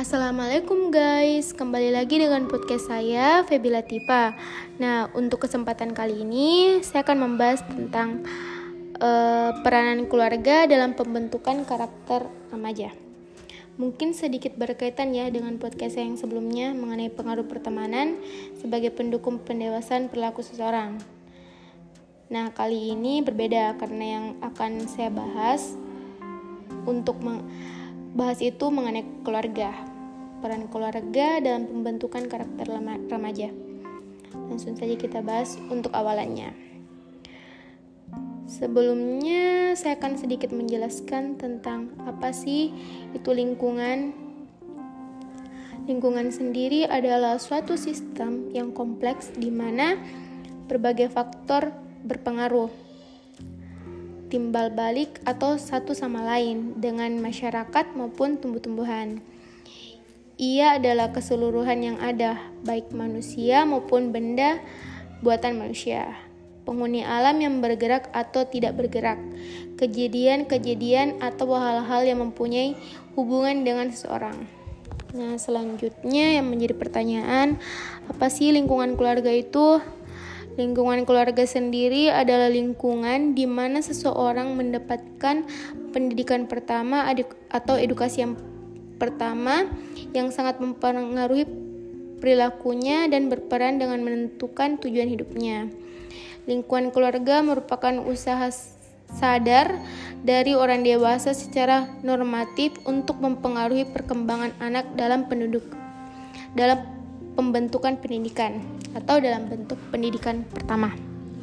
Assalamualaikum guys, kembali lagi dengan podcast saya, Feby Latifa. Nah, untuk kesempatan kali ini saya akan membahas tentang peranan keluarga dalam pembentukan karakter remaja. Mungkin sedikit berkaitan ya dengan podcast saya yang sebelumnya mengenai pengaruh pertemanan sebagai pendukung pendewasaan perilaku seseorang. Nah, kali ini berbeda karena yang akan saya bahas untuk bahas itu mengenai keluarga, peran keluarga dalam pembentukan karakter remaja. Langsung saja kita bahas untuk awalannya. Sebelumnya saya akan sedikit menjelaskan tentang apa sih itu lingkungan. Lingkungan sendiri adalah suatu sistem yang kompleks di mana berbagai faktor berpengaruh, timbal balik atau satu sama lain dengan masyarakat maupun tumbuh-tumbuhan. Ia adalah keseluruhan yang ada, baik manusia maupun benda buatan manusia, penghuni alam yang bergerak atau tidak bergerak, kejadian-kejadian atau hal-hal yang mempunyai hubungan dengan seseorang. Nah, selanjutnya yang menjadi pertanyaan, apa sih lingkungan keluarga itu? Lingkungan keluarga sendiri adalah lingkungan di mana seseorang mendapatkan pendidikan pertama atau edukasi yang pertama yang sangat mempengaruhi perilakunya dan berperan dengan menentukan tujuan hidupnya. Lingkungan keluarga merupakan usaha sadar dari orang dewasa secara normatif untuk mempengaruhi perkembangan anak dalam pembentukan pendidikan atau dalam bentuk pendidikan pertama.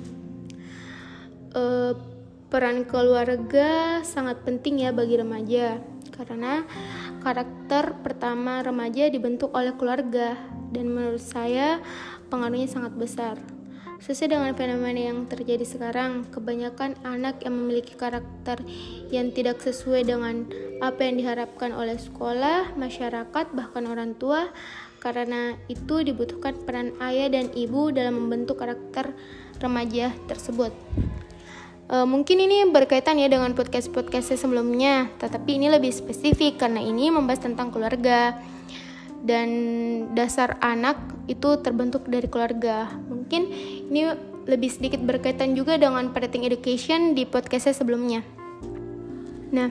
Peran keluarga sangat penting ya bagi remaja karena karakter pertama remaja dibentuk oleh keluarga dan menurut saya pengaruhnya sangat besar. Sesuai dengan fenomena yang terjadi sekarang, kebanyakan anak yang memiliki karakter yang tidak sesuai dengan apa yang diharapkan oleh sekolah, masyarakat, bahkan orang tua. Karena itu dibutuhkan peran ayah dan ibu dalam membentuk karakter remaja tersebut. Mungkin ini berkaitan ya dengan podcast-podcast sebelumnya, tetapi ini lebih spesifik karena ini membahas tentang keluarga dan dasar anak itu terbentuk dari keluarga. Mungkin ini lebih sedikit berkaitan juga dengan parenting education di podcast saya sebelumnya. Nah,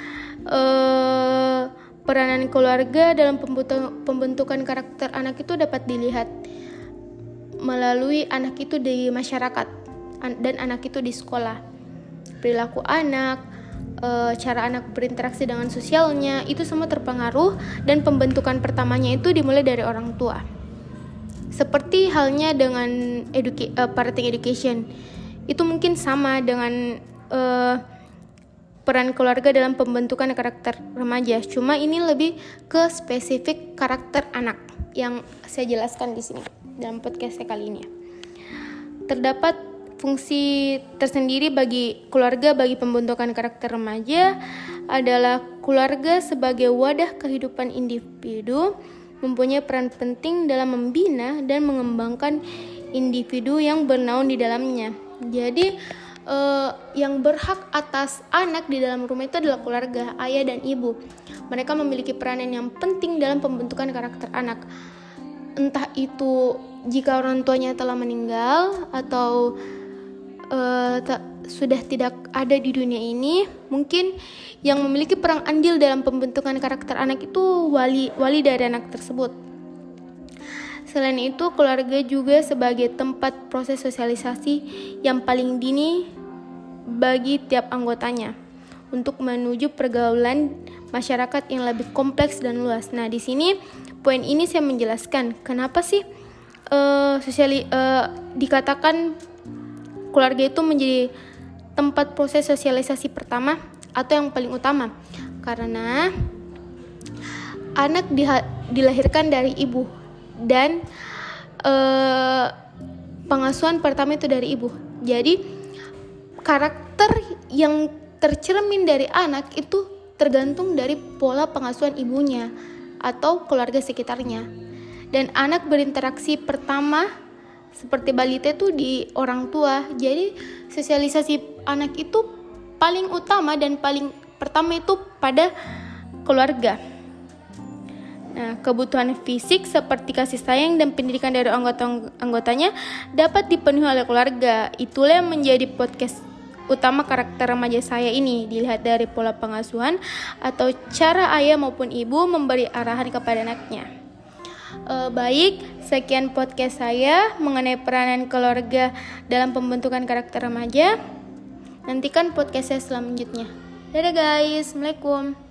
peranan keluarga dalam pembentukan karakter anak itu dapat dilihat melalui anak itu di masyarakat dan anak itu di sekolah. Perilaku anak, cara anak berinteraksi dengan sosialnya, itu semua terpengaruh dan pembentukan pertamanya itu dimulai dari orang tua. Seperti halnya dengan parenting education, itu mungkin sama dengan peran keluarga dalam pembentukan karakter remaja. Cuma ini lebih ke spesifik karakter anak yang saya jelaskan di sini dalam podcast saya kali ini. Terdapat fungsi tersendiri bagi keluarga bagi pembentukan karakter remaja adalah keluarga sebagai wadah kehidupan individu mempunyai peran penting dalam membina dan mengembangkan individu yang bernaung di dalamnya. Jadi yang berhak atas anak di dalam rumah itu adalah keluarga, ayah dan ibu. Mereka memiliki peranan yang penting dalam pembentukan karakter anak. Entah itu jika orang tuanya telah meninggal atau sudah tidak ada di dunia ini, mungkin yang memiliki peran andil dalam pembentukan karakter anak itu wali dari anak tersebut. Selain itu, keluarga juga sebagai tempat proses sosialisasi yang paling dini bagi tiap anggotanya untuk menuju pergaulan masyarakat yang lebih kompleks dan luas. Nah, di sini poin ini saya menjelaskan kenapa sih dikatakan keluarga itu menjadi tempat proses sosialisasi pertama atau yang paling utama. Karena anak dilahirkan dari ibu dan pengasuhan pertama itu dari ibu. Jadi karakter yang tercermin dari anak itu tergantung dari pola pengasuhan ibunya atau keluarga sekitarnya. Dan anak berinteraksi pertama seperti balita itu di orang tua. Jadi sosialisasi anak itu paling utama dan paling pertama itu pada keluarga. Nah, kebutuhan fisik seperti kasih sayang dan pendidikan dari anggotanya dapat dipenuhi oleh keluarga. Itulah yang menjadi podcast utama karakter remaja saya ini. Dilihat dari pola pengasuhan atau cara ayah maupun ibu memberi arahan kepada anaknya. Baik, sekian podcast saya mengenai peranan keluarga dalam pembentukan karakter remaja. Nantikan podcast saya selanjutnya. Dadah guys, Assalamualaikum.